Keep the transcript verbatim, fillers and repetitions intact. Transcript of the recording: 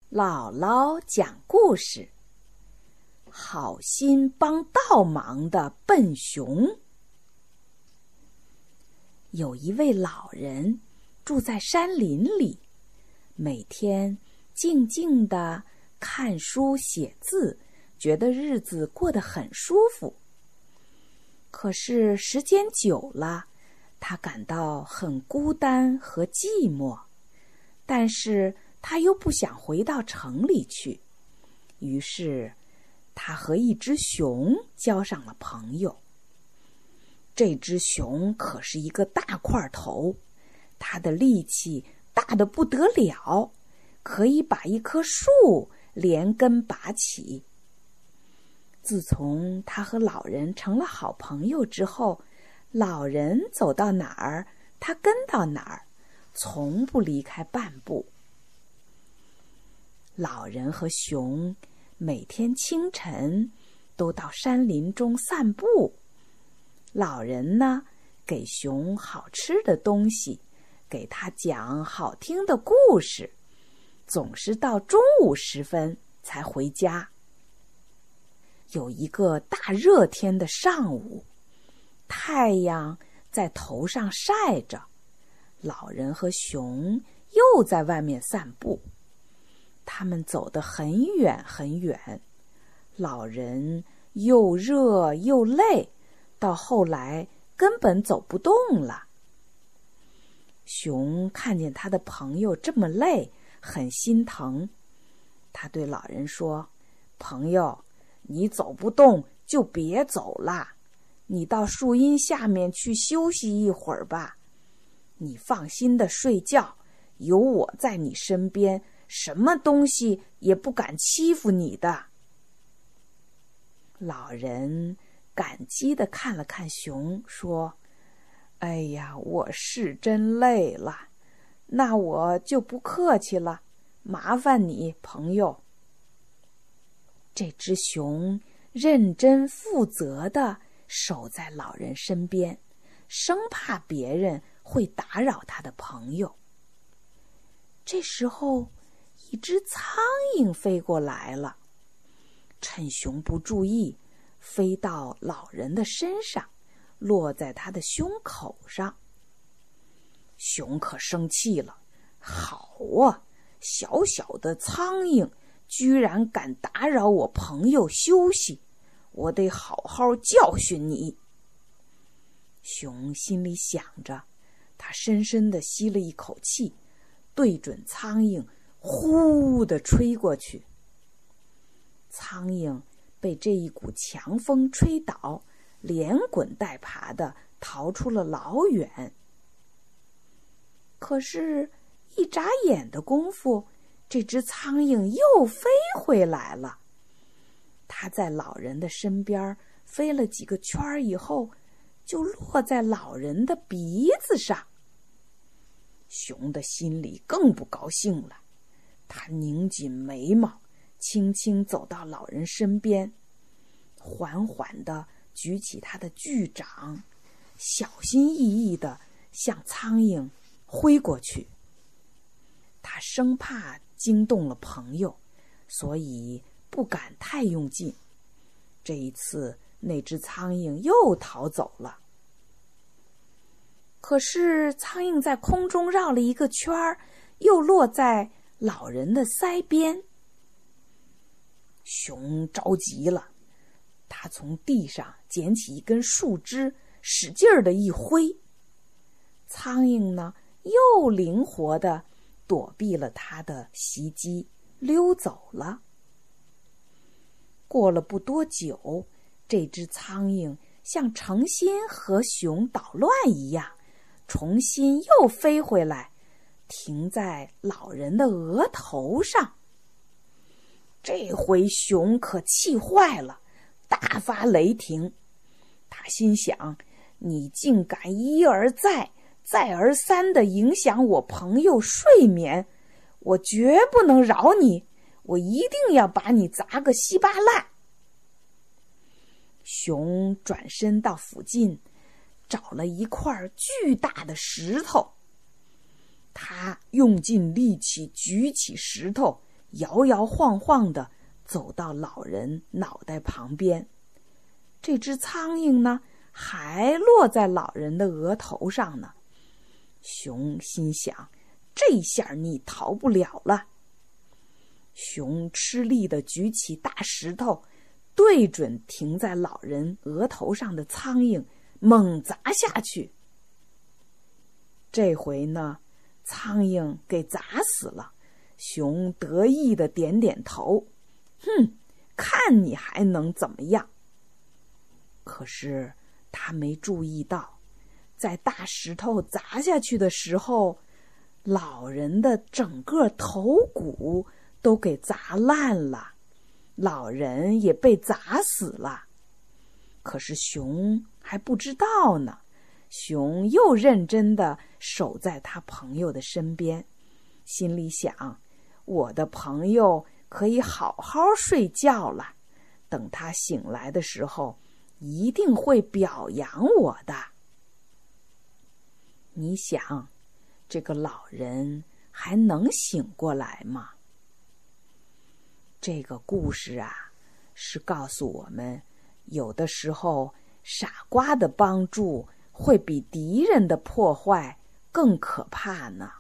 姥姥讲故事：好心帮倒忙的笨熊。有一位老人住在山林里，每天静静地看书写字，觉得日子过得很舒服。可是时间久了，他感到很孤单和寂寞，但是他又不想回到城里去，于是他和一只熊交上了朋友。这只熊可是一个大块头，它的力气大得不得了，可以把一棵树连根拔起。自从他和老人成了好朋友之后，老人走到哪儿，他跟到哪儿，从不离开半步。老人和熊每天清晨都到山林中散步。老人呢，给熊好吃的东西，给他讲好听的故事，总是到中午时分才回家。有一个大热天的上午，太阳在头上晒着，老人和熊又在外面散步。他们走得很远很远，老人又热又累，到后来根本走不动了。熊看见他的朋友这么累，很心疼。他对老人说：“朋友，你走不动就别走了，你到树荫下面去休息一会儿吧。你放心的睡觉，有我在你身边，什么东西也不敢欺负你的。”老人感激地看了看熊，说：“哎呀，我是真累了，那我就不客气了，麻烦你，朋友。”这只熊认真负责地守在老人身边，生怕别人会打扰他的朋友。这时候，一只苍蝇飞过来了，趁熊不注意，飞到老人的身上，落在他的胸口上。熊可生气了，好啊，小小的苍蝇居然敢打扰我朋友休息，我得好好教训你。熊心里想着，他深深地吸了一口气，对准苍蝇呼地吹过去。苍蝇被这一股强风吹倒，连滚带爬地逃出了老远。可是一眨眼的功夫，这只苍蝇又飞回来了。它在老人的身边飞了几个圈以后，就落在老人的鼻子上。熊的心里更不高兴了，他拧紧眉毛，轻轻走到老人身边，缓缓地举起他的巨掌，小心翼翼地向苍蝇挥过去。他生怕惊动了朋友，所以不敢太用劲。这一次，那只苍蝇又逃走了。可是苍蝇在空中绕了一个圈儿，又落在老人的腮边。熊着急了，他从地上捡起一根树枝，使劲儿的一挥。苍蝇呢，又灵活地躲避了他的袭击，溜走了。过了不多久，这只苍蝇像诚心和熊捣乱一样，重新又飞回来，停在老人的额头上。这回熊可气坏了，大发雷霆。他心想，你竟敢一而再再而三地影响我朋友睡眠，我绝不能饶你，我一定要把你砸个稀巴烂。熊转身到附近，找了一块巨大的石头，他用尽力气举起石头， 摇摇晃晃地走到老人脑袋旁边。这只苍蝇呢，还落在老人的额头上呢。熊心想，这下你逃不了了。熊吃力地举起大石头，对准停在老人额头上的苍蝇猛砸下去。这回呢，苍蝇给砸死了。熊得意地点点头，哼，看你还能怎么样。可是他没注意到，在大石头砸下去的时候，老人的整个头骨都给砸烂了，老人也被砸死了。可是熊还不知道呢，熊又认真地守在他朋友的身边，心里想，我的朋友可以好好睡觉了，等他醒来的时候，一定会表扬我的。你想，这个老人还能醒过来吗？这个故事啊，是告诉我们，有的时候傻瓜的帮助会比敌人的破坏更可怕呢。